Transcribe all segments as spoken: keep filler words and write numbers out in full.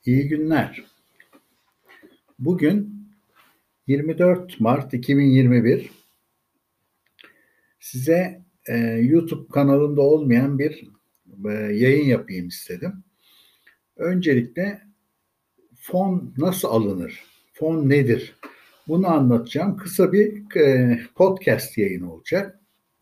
İyi günler. Bugün yirmi dört Mart iki bin yirmi bir. Size e, YouTube kanalımda olmayan bir e, yayın yapayım istedim. Öncelikle fon nasıl alınır? Fon nedir? Bunu anlatacağım. Kısa bir e, podcast yayını olacak.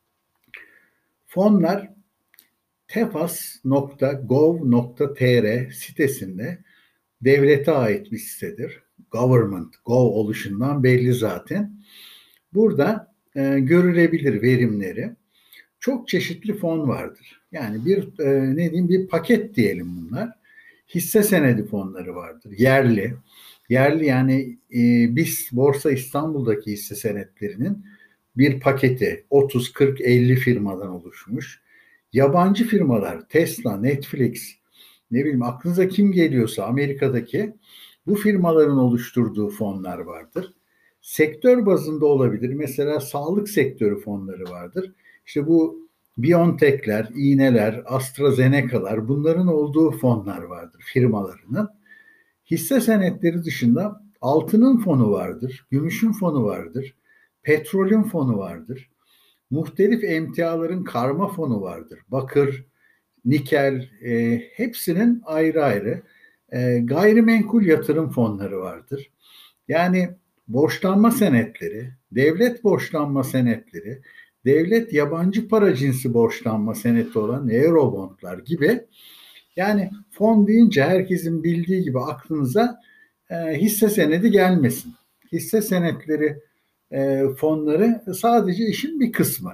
Fonlar tefas nokta gov nokta tr sitesinde devlete ait bir sitedir. Government, gov oluşundan belli zaten. Burada e, görülebilir verimleri. Çok çeşitli fon vardır. Yani bir e, ne diyeyim bir paket diyelim bunlar. Hisse senedi fonları vardır. Yerli. Yerli yani e, biz Borsa İstanbul'daki hisse senetlerinin bir paketi otuz, kırk, elli firmadan oluşmuş. Yabancı firmalar Tesla, Netflix, ne bileyim aklınıza kim geliyorsa Amerika'daki bu firmaların oluşturduğu fonlar vardır. Sektör bazında olabilir. Mesela sağlık sektörü fonları vardır. İşte bu BioNTech'ler, iğneler, AstraZeneca'lar bunların olduğu fonlar vardır firmalarının. Hisse senetleri dışında altının fonu vardır, gümüşün fonu vardır, petrolün fonu vardır. Muhtelif emtiaların karma fonu vardır. Bakır, nikel, e, hepsinin ayrı ayrı e, gayrimenkul yatırım fonları vardır. Yani borçlanma senetleri, devlet borçlanma senetleri, devlet yabancı para cinsi borçlanma seneti olan eurobondlar gibi, yani fon deyince herkesin bildiği gibi aklınıza e, hisse senedi gelmesin. Hisse senetleri e, fonları sadece işin bir kısmı.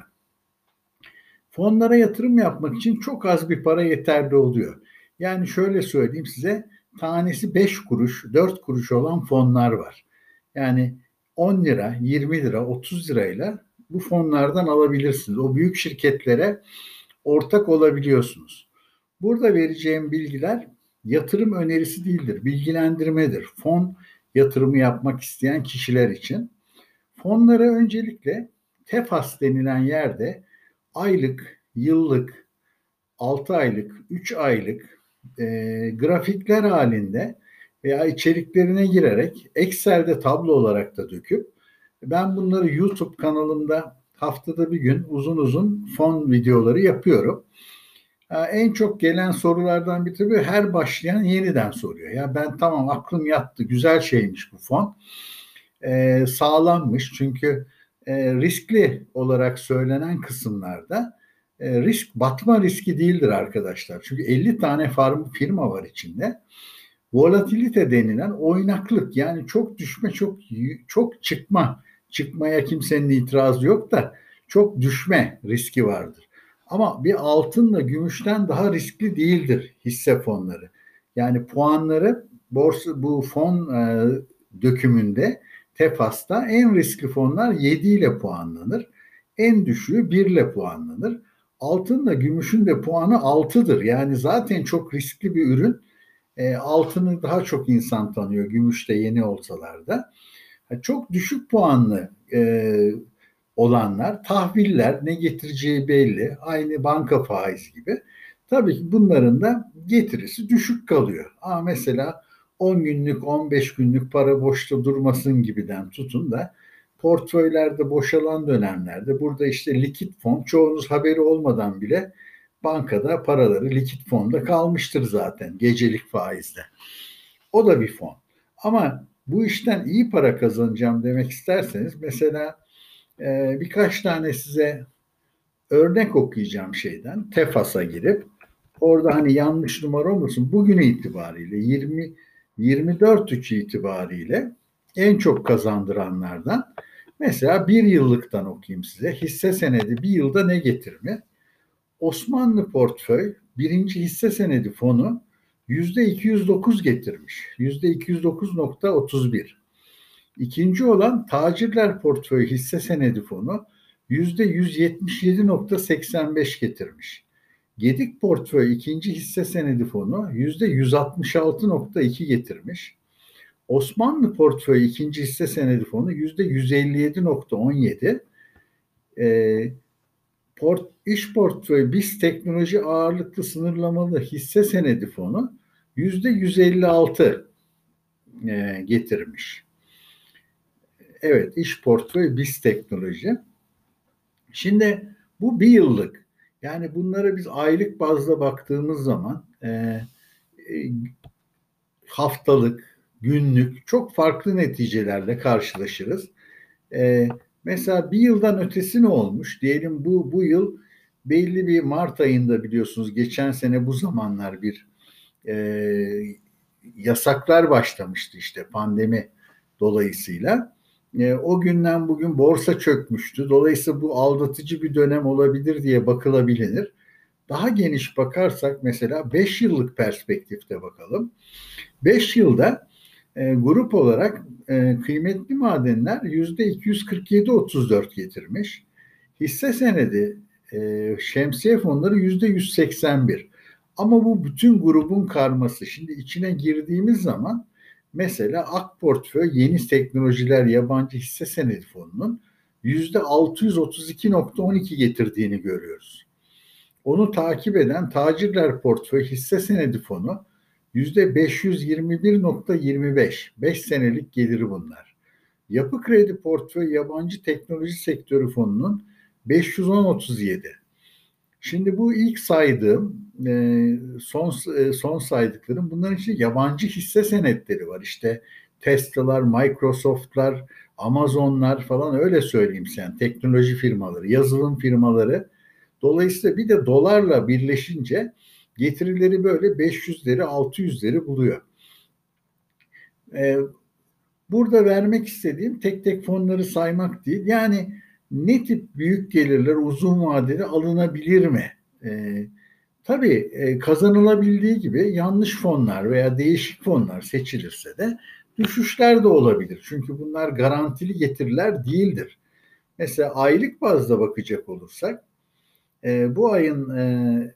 Fonlara yatırım yapmak için çok az bir para yeterli oluyor. Yani şöyle söyleyeyim size, tanesi beş kuruş, dört kuruş olan fonlar var. Yani on lira, yirmi lira, otuz lirayla bu fonlardan alabilirsiniz. O büyük şirketlere ortak olabiliyorsunuz. Burada vereceğim bilgiler yatırım önerisi değildir, bilgilendirmedir. Fon yatırımı yapmak isteyen kişiler için. Fonlara öncelikle Tefas denilen yerde aylık, yıllık, altı aylık, üç aylık e, grafikler halinde veya içeriklerine girerek Excel'de tablo olarak da döküp ben bunları YouTube kanalımda haftada bir gün uzun uzun fon videoları yapıyorum. En çok gelen sorulardan bir tabii her başlayan yeniden soruyor. Ya ben tamam aklım yattı, güzel şeymiş bu fon. Ee, sağlanmış çünkü e, riskli olarak söylenen kısımlarda e, risk batma riski değildir arkadaşlar. Çünkü elli tane farm, firma var içinde. Volatilite denilen oynaklık, yani çok düşme çok çok çıkma, çıkmaya kimsenin itirazı yok da çok düşme riski vardır. Ama bir altınla gümüşten daha riskli değildir hisse fonları. Yani puanları borsa bu fon e, dökümünde Tefas'ta en riskli fonlar yedi ile puanlanır. En düşüğü bir ile puanlanır. Altınla gümüşün de puanı altıdır. Yani zaten çok riskli bir ürün. E, altını daha çok insan tanıyor, gümüş de yeni olsalar da. Çok düşük puanlı e, olanlar, tahviller ne getireceği belli. Aynı banka faizi gibi. Tabii ki bunların da getirisi düşük kalıyor. Ama mesela on günlük, on beş günlük para boşta durmasın gibiden tutun da portföylerde boşalan dönemlerde burada işte likit fon, çoğunuz haberi olmadan bile bankada paraları likit fonda kalmıştır zaten gecelik faizle. O da bir fon. Ama bu işten iyi para kazanacağım demek isterseniz mesela e, birkaç tane size örnek okuyacağım şeyden. Tefas'a girip orada hani yanlış numara olmasın, bugün itibariyle yirmi yirmi dört üç itibariyle en çok kazandıranlardan mesela bir yıllıktan okuyayım size. Hisse senedi bir yılda ne getirir? Osmanlı portföy birinci hisse senedi fonu yüzde iki yüz dokuz getirmiş. Yüzde iki yüz dokuz nokta otuz bir. İkinci olan tacirler portföy hisse senedi fonu yüzde yüz yetmiş yedi nokta seksen beş getirmiş. Gedik portföy ikinci hisse senedi fonu yüzde yüz altmış altı nokta iki getirmiş. Osmanlı portföy ikinci hisse senedi fonu yüzde yüz elli yedi nokta on yedi. Ee, Port, iş portföyü B İ S teknoloji ağırlıklı sınırlamalı hisse senedi fonu yüzde yüz elli altı e, getirmiş. Evet, iş portföy BIST teknoloji. Şimdi bu bir yıllık. Yani bunlara biz aylık bazda baktığımız zaman e, e, haftalık, günlük çok farklı neticelerle karşılaşırız. E, Mesela bir yıldan ötesi ne olmuş? Diyelim bu bu yıl belli bir Mart ayında biliyorsunuz geçen sene bu zamanlar bir e, yasaklar başlamıştı işte pandemi dolayısıyla. E, o günden bugün borsa çökmüştü. Dolayısıyla bu aldatıcı bir dönem olabilir diye bakılabilir. Daha geniş bakarsak mesela beş yıllık perspektifte bakalım. beş yılda e, grup olarak e, kıymetli madenler yüzde iki yüz kırk yedi virgül otuz dört getirmiş. Hisse senedi e, şemsiye fonları yüzde yüz seksen bir. Ama bu bütün grubun karması. Şimdi içine girdiğimiz zaman mesela Ak Portföy Yeni Teknolojiler Yabancı Hisse Senedi Fonu'nun yüzde altı yüz otuz iki virgül on iki getirdiğini görüyoruz. Onu takip eden Tacirler Portföy Hisse Senedi Fonu yüzde beş yüz yirmi bir virgül yirmi beş. beş senelik geliri bunlar. Yapı Kredi Portföy Yabancı Teknoloji Sektörü Fonu'nun beş yüz on virgül otuz yedi. Şimdi bu ilk saydığım e, son e, son saydıklarım bunların için yabancı hisse senetleri var. İşte Tesla'lar, Microsoft'lar, Amazon'lar falan öyle söyleyeyim sen. Teknoloji firmaları, yazılım firmaları. Dolayısıyla bir de dolarla birleşince getirileri böyle beş yüzleri, altı yüzleri buluyor. Ee, Burada vermek istediğim tek tek fonları saymak değil. Yani ne tip büyük gelirler uzun vadede alınabilir mi? Ee, tabii e, kazanılabildiği gibi yanlış fonlar veya değişik fonlar seçilirse de düşüşler de olabilir. Çünkü bunlar garantili getiriler değildir. Mesela aylık bazda bakacak olursak e, bu ayın e,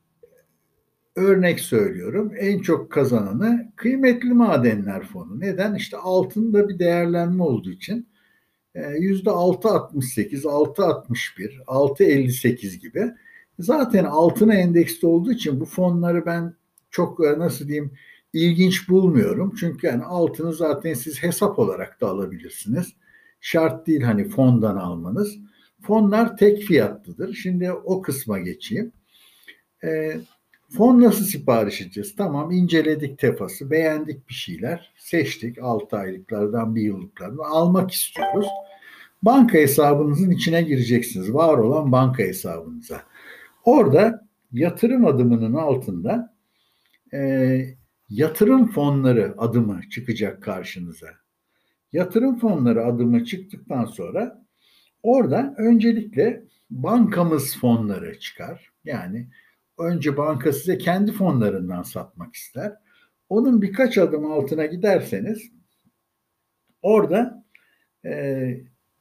örnek söylüyorum en çok kazananı kıymetli madenler fonu. Neden? İşte altında bir değerlenme olduğu için yüzde altı virgül altmış sekiz, altı virgül altmış bir, altı virgül elli sekiz gibi. Zaten altına endeksli olduğu için bu fonları ben çok nasıl diyeyim ilginç bulmuyorum. Çünkü yani altını zaten siz hesap olarak da alabilirsiniz. Şart değil hani fondan almanız. Fonlar tek fiyatlıdır. Şimdi o kısma geçeyim. E, Fon nasıl sipariş edeceğiz? Tamam inceledik tefası, beğendik bir şeyler, seçtik altı aylıklardan bir yıllıklardan almak istiyoruz. Banka hesabınızın içine gireceksiniz. Var olan banka hesabınıza. Orada yatırım adımının altında e, yatırım fonları adımı çıkacak karşınıza. Yatırım fonları adımı çıktıktan sonra orada öncelikle bankamız fonları çıkar. Yani önce banka size kendi fonlarından satmak ister. Onun birkaç adım altına giderseniz orada e,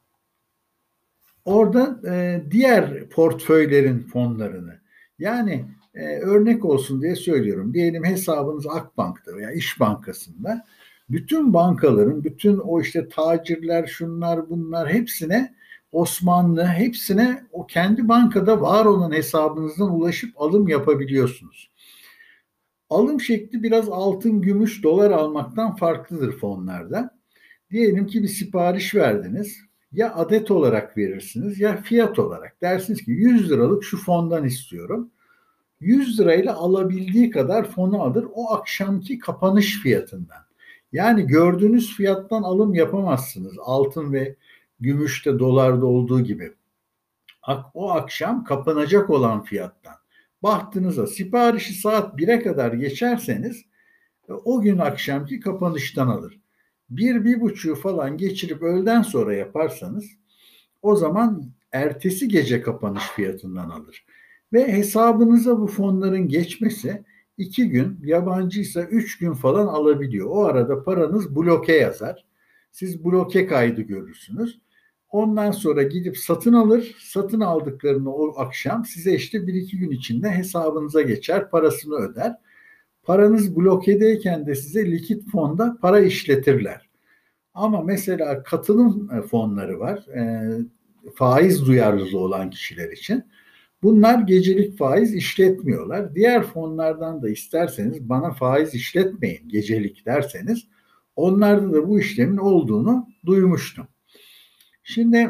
orada e, diğer portföylerin fonlarını yani e, örnek olsun diye söylüyorum. Diyelim hesabınız Akbank'ta veya İş Bankası'nda bütün bankaların, bütün o işte tacirler, şunlar bunlar hepsine Osmanlı hepsine o kendi bankada var olan hesabınızdan ulaşıp alım yapabiliyorsunuz. Alım şekli biraz altın, gümüş, dolar almaktan farklıdır fonlarda. Diyelim ki bir sipariş verdiniz. Ya adet olarak verirsiniz ya fiyat olarak. Dersiniz ki yüz liralık şu fondan istiyorum. yüz lirayla alabildiği kadar fonu alır o akşamki kapanış fiyatından. Yani gördüğünüz fiyattan alım yapamazsınız. Altın ve gümüşte dolarda olduğu gibi. O akşam kapanacak olan fiyattan. Bahtınıza siparişi saat bire kadar geçerseniz o gün akşamki kapanıştan alır. Bir, bir buçuğu falan geçirip öğleden sonra yaparsanız o zaman ertesi gece kapanış fiyatından alır. Ve hesabınıza bu fonların geçmesi iki gün, yabancıysa üç gün falan alabiliyor. O arada paranız bloke yazar. Siz bloke kaydı görürsünüz. Ondan sonra gidip satın alır. Satın aldıklarını o akşam size işte bir iki gün içinde hesabınıza geçer, parasını öder. Paranız blokedeyken de size likit fonda para işletirler. Ama mesela katılım fonları var. E, faiz duyarlılığı olan kişiler için. Bunlar gecelik faiz işletmiyorlar. Diğer fonlardan da isterseniz bana faiz işletmeyin gecelik derseniz onlarda da bu işlemin olduğunu duymuştum. Şimdi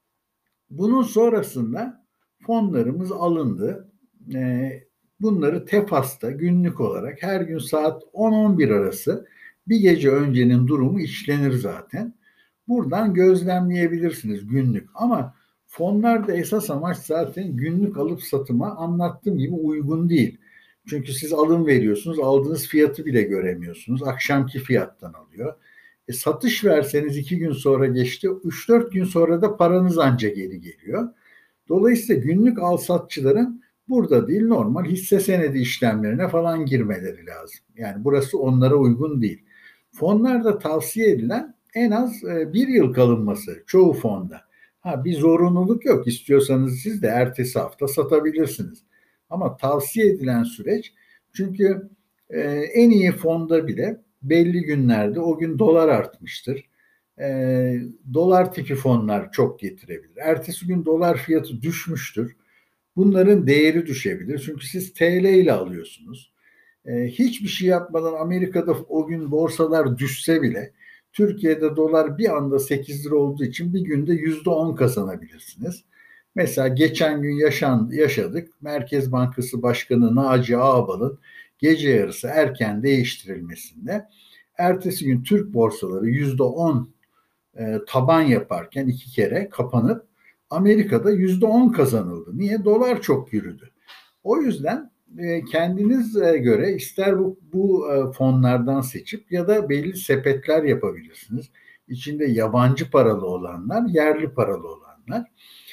bunun sonrasında fonlarımız alındı. Ee, bunları Tefas'ta günlük olarak her gün saat on on bir arası bir gece öncenin durumu işlenir zaten. Buradan gözlemleyebilirsiniz günlük. Ama fonlarda esas amaç zaten günlük alıp satıma anlattığım gibi uygun değil. Çünkü siz alım veriyorsunuz, aldığınız fiyatı bile göremiyorsunuz. Akşamki fiyattan alıyor. E, satış verseniz iki gün sonra geçti, üç dört gün sonra da paranız anca geri geliyor. Dolayısıyla günlük alsatçıların burada değil normal hisse senedi işlemlerine falan girmeleri lazım. Yani burası onlara uygun değil. Fonlarda tavsiye edilen en az e, bir yıl kalınması çoğu fonda. Ha bir zorunluluk yok. İstiyorsanız siz de ertesi hafta satabilirsiniz. Ama tavsiye edilen süreç çünkü e, en iyi fonda bile belli günlerde o gün dolar artmıştır. E, dolar tipi fonlar çok getirebilir. Ertesi gün dolar fiyatı düşmüştür. Bunların değeri düşebilir. Çünkü siz T L ile alıyorsunuz. E, hiçbir şey yapmadan Amerika'da o gün borsalar düşse bile Türkiye'de dolar bir anda sekiz lira olduğu için bir günde yüzde on kazanabilirsiniz. Mesela geçen gün yaşan, yaşadık. Merkez Bankası Başkanı Naci Ağbal'ın gece yarısı erken değiştirilmesinde ertesi gün Türk borsaları yüzde on e, taban yaparken iki kere kapanıp Amerika'da yüzde on kazanıldı. Niye? Dolar çok yürüdü. O yüzden e, kendinize göre ister bu, bu e, fonlardan seçip ya da belli sepetler yapabilirsiniz. İçinde yabancı paralı olanlar, yerli paralı olanlar.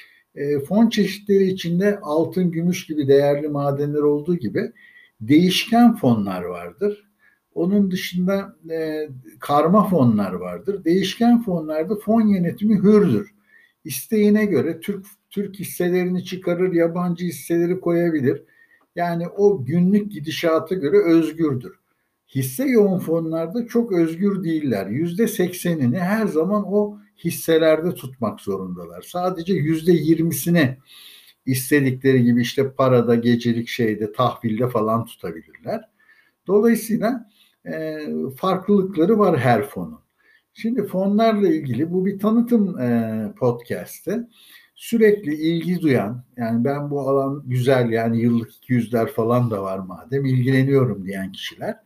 E, fon çeşitleri içinde altın, gümüş gibi değerli madenler olduğu gibi değişken fonlar vardır. Onun dışında e, karma fonlar vardır. Değişken fonlarda fon yönetimi hürdür. İsteğine göre Türk Türk hisselerini çıkarır, yabancı hisseleri koyabilir. Yani o günlük gidişata göre özgürdür. Hisse yoğun fonlarda çok özgür değiller. Yüzde seksenini her zaman o hisselerde tutmak zorundalar. Sadece yüzde yirmisini istedikleri gibi işte parada, gecelik şeyde, tahvilde falan tutabilirler. Dolayısıyla e, farklılıkları var her fonun. Şimdi fonlarla ilgili bu bir tanıtım e, podcast'ı. Sürekli ilgi duyan, yani ben bu alan güzel yani yıllık iki yüzler falan da var madem ilgileniyorum diyen kişiler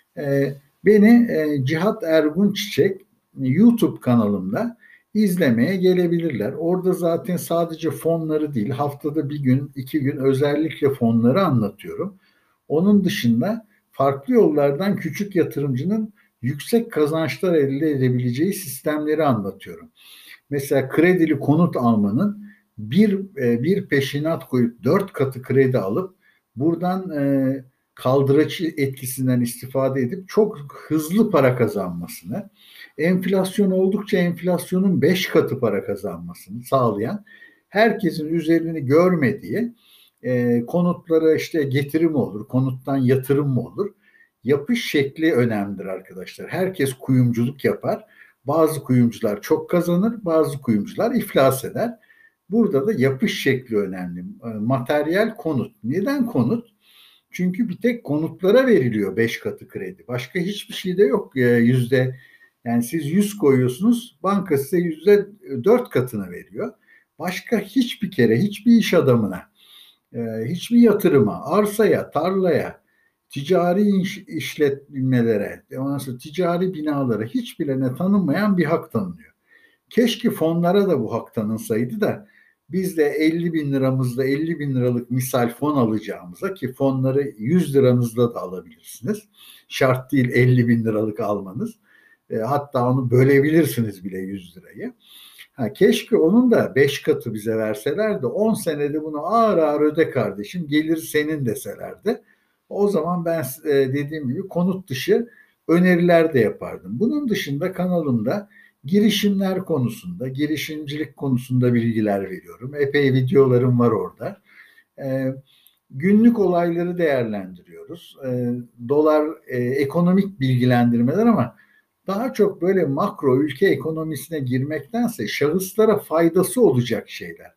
e, beni e, Cihat Ergun Çiçek YouTube kanalımda izlemeye gelebilirler. Orada zaten sadece fonları değil haftada bir gün, iki gün özellikle fonları anlatıyorum. Onun dışında farklı yollardan küçük yatırımcının yüksek kazançlar elde edebileceği sistemleri anlatıyorum. Mesela kredili konut almanın bir e, bir peşinat koyup dört katı kredi alıp buradan e, kaldıraç etkisinden istifade edip çok hızlı para kazanmasını, enflasyon oldukça enflasyonun beş katı para kazanmasını sağlayan, herkesin üzerini görmediği e, konutlara işte getirim olur, konuttan yatırım mı olur? Yapış şekli önemlidir arkadaşlar. Herkes kuyumculuk yapar. Bazı kuyumcular çok kazanır, bazı kuyumcular iflas eder. Burada da yapış şekli önemli. E, materyal konut. Neden konut? Çünkü bir tek konutlara veriliyor beş katı kredi. Başka hiçbir şey de yok. E, yüzde yani siz yüz koyuyorsunuz, banka size yüzde dört katını veriyor. Başka hiçbir kere hiçbir iş adamına, e, hiçbir yatırıma, arsaya, tarlaya, ticari iş, işletmelere, ondan sonra ticari binalara hiçbirine tanınmayan bir hak tanınıyor. Keşke fonlara da bu hak tanınsaydı da biz de elli bin liramızla elli bin liralık misal fon alacağımıza ki fonları yüz liranızla da alabilirsiniz. Şart değil elli bin liralık almanız. E, hatta onu bölebilirsiniz bile yüz lirayı. Ha, keşke onun da beş katı bize verseler de on senede bunu ağır ağır öde kardeşim gelir senin deselerdi. O zaman ben e, dediğim gibi konut dışı öneriler de yapardım. Bunun dışında kanalımda girişimler konusunda, girişimcilik konusunda bilgiler veriyorum. Epey videolarım var orada. E, günlük olayları değerlendiriyoruz. E, dolar e, ekonomik bilgilendirmeler ama daha çok böyle makro ülke ekonomisine girmektense şahıslara faydası olacak şeyler.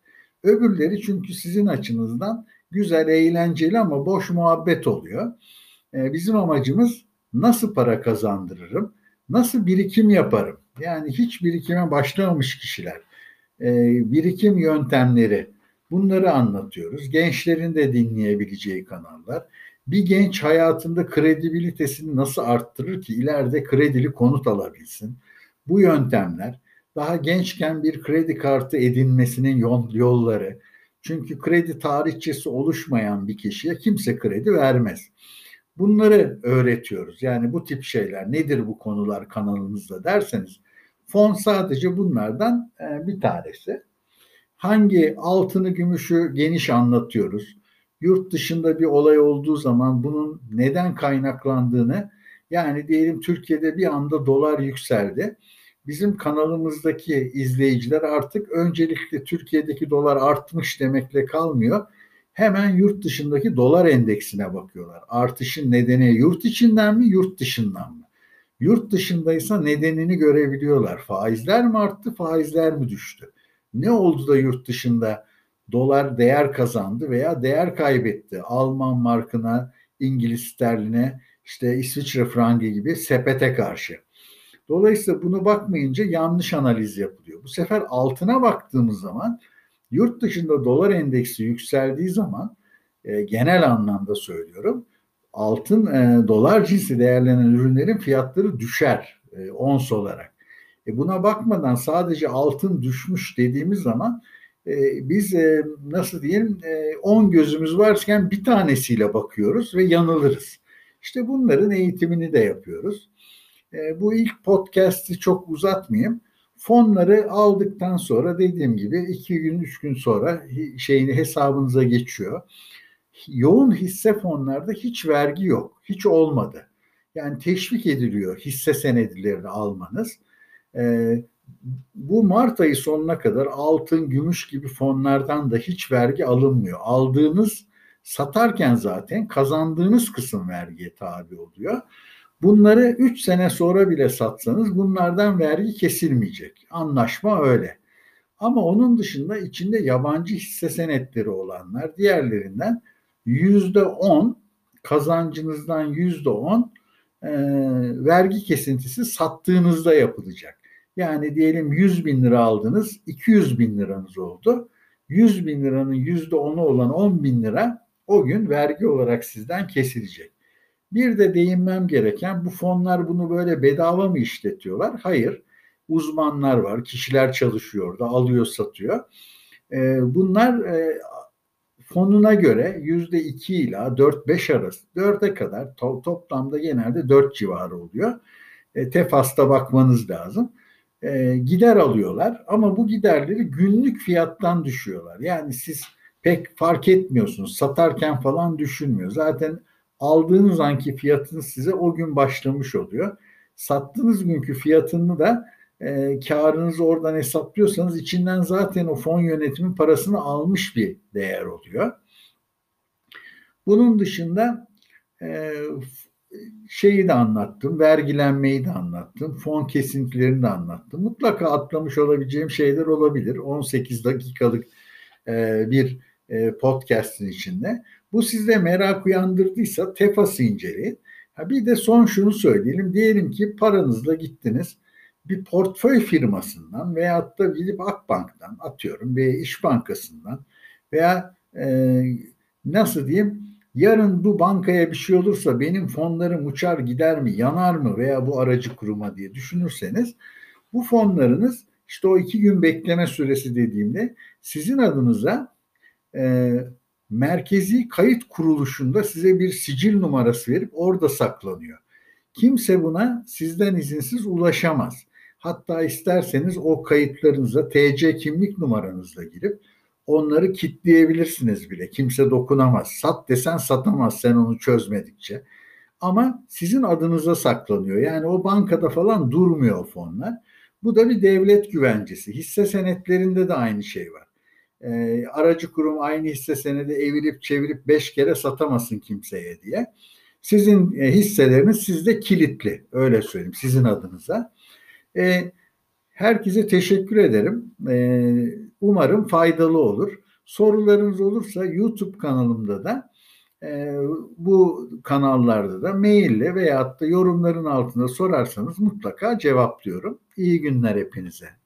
Öbürleri çünkü sizin açınızdan güzel, eğlenceli ama boş muhabbet oluyor. E, bizim amacımız nasıl para kazandırırım, nasıl birikim yaparım? Yani hiç birikime başlamamış kişiler, e, birikim yöntemleri, bunları anlatıyoruz. Gençlerin de dinleyebileceği kanallar. Bir genç hayatında kredibilitesini nasıl arttırır ki ileride kredili konut alabilsin? Bu yöntemler, daha gençken bir kredi kartı edinmesinin yolları. Çünkü kredi tarihçesi oluşmayan bir kişiye kimse kredi vermez. Bunları öğretiyoruz. Yani bu tip şeyler nedir bu konular kanalımızda derseniz, fon sadece bunlardan e, bir tanesi. Hangi altını, gümüşü geniş anlatıyoruz. Yurt dışında bir olay olduğu zaman bunun neden kaynaklandığını, yani diyelim Türkiye'de bir anda dolar yükseldi. Bizim kanalımızdaki izleyiciler artık öncelikle Türkiye'deki dolar artmış demekle kalmıyor. Hemen yurt dışındaki dolar endeksine bakıyorlar. Artışın nedeni yurt içinden mi, yurt dışından mı? Yurt dışındaysa nedenini görebiliyorlar. Faizler mi arttı, faizler mi düştü? Ne oldu da yurt dışında dolar değer kazandı veya değer kaybetti? Alman markına, İngiliz sterline, işte İsviçre frangı gibi sepete karşı. Dolayısıyla bunu bakmayınca yanlış analiz yapılıyor. Bu sefer altına baktığımız zaman yurt dışında dolar endeksi yükseldiği zaman e, genel anlamda söylüyorum, altın e, dolar cinsi değerlenen ürünlerin fiyatları düşer e, ons olarak. E, buna bakmadan sadece altın düşmüş dediğimiz zaman e, biz e, nasıl diyeyim e, on gözümüz varken bir tanesiyle bakıyoruz ve yanılırız. İşte bunların eğitimini de yapıyoruz. E, bu ilk podcast'i çok uzatmayayım. Fonları aldıktan sonra dediğim gibi iki gün, üç gün sonra şeyini hesabınıza geçiyor. Yoğun hisse fonlarda hiç vergi yok. Hiç olmadı. Yani teşvik ediliyor hisse senedilerini almanız. Ee, Bu Mart ayı sonuna kadar altın, gümüş gibi fonlardan da hiç vergi alınmıyor. Aldığınız, satarken zaten kazandığınız kısım vergiye tabi oluyor. Bunları üç sene sonra bile satsanız bunlardan vergi kesilmeyecek. Anlaşma öyle. Ama onun dışında içinde yabancı hisse senetleri olanlar diğerlerinden yüzde on, kazancınızdan yüzde on e, vergi kesintisi sattığınızda yapılacak. Yani diyelim yüz bin lira aldınız, iki yüz bin liranız oldu. yüz bin liranın yüzde onu olan on bin lira o gün vergi olarak sizden kesilecek. Bir de değinmem gereken, bu fonlar bunu böyle bedava mı işletiyorlar? Hayır. Uzmanlar var, kişiler çalışıyor da alıyor, satıyor. E, bunlar e, fonuna göre yüzde iki ila dört beş arası, dörde kadar to- toplamda genelde dört civarı oluyor. E, Tefas'ta bakmanız lazım. E, gider alıyorlar ama bu giderleri günlük fiyattan düşüyorlar. Yani siz pek fark etmiyorsunuz. Satarken falan düşünmüyor. Zaten aldığınız anki fiyatınız size o gün başlamış oluyor. Sattığınız günkü fiyatını da e, karınızı oradan hesaplıyorsanız içinden zaten o fon yönetimi parasını almış bir değer oluyor. Bunun dışında e, şeyi de anlattım, vergilenmeyi de anlattım, fon kesintilerini de anlattım. Mutlaka atlamış olabileceğim şeyler olabilir. on sekiz dakikalık e, bir e, podcast'in içinde. Bu sizde merak uyandırdıysa Tefas'ı inceleyin. Ha, bir de son şunu söyleyelim. Diyelim ki paranızla gittiniz bir portföy firmasından veyahut da gidip Akbank'tan, atıyorum bir İş Bankası'ndan veya e, nasıl diyeyim, yarın bu bankaya bir şey olursa benim fonlarım uçar gider mi, yanar mı veya bu aracı kuruma diye düşünürseniz, bu fonlarınız işte o iki gün bekleme süresi dediğimde sizin adınıza e, merkezi kayıt kuruluşunda size bir sicil numarası verip orada saklanıyor. Kimse buna sizden izinsiz ulaşamaz. Hatta isterseniz o kayıtlarınıza T C kimlik numaranızla girip onları kilitleyebilirsiniz bile. Kimse dokunamaz. Sat desen satamaz sen onu çözmedikçe. Ama sizin adınıza saklanıyor. Yani o bankada falan durmuyor o fonlar. Bu da bir devlet güvencesi. Hisse senetlerinde de aynı şey var. E, aracı kurum aynı hisse senedi evirip çevirip beş kere satamasın kimseye diye. Sizin e, hisseleriniz sizde kilitli. Öyle söyleyeyim, sizin adınıza. E, Herkese teşekkür ederim. E, umarım faydalı olur. Sorularınız olursa YouTube kanalımda da e, bu kanallarda da maille veyahut da yorumların altında sorarsanız mutlaka cevaplıyorum. İyi günler hepinize.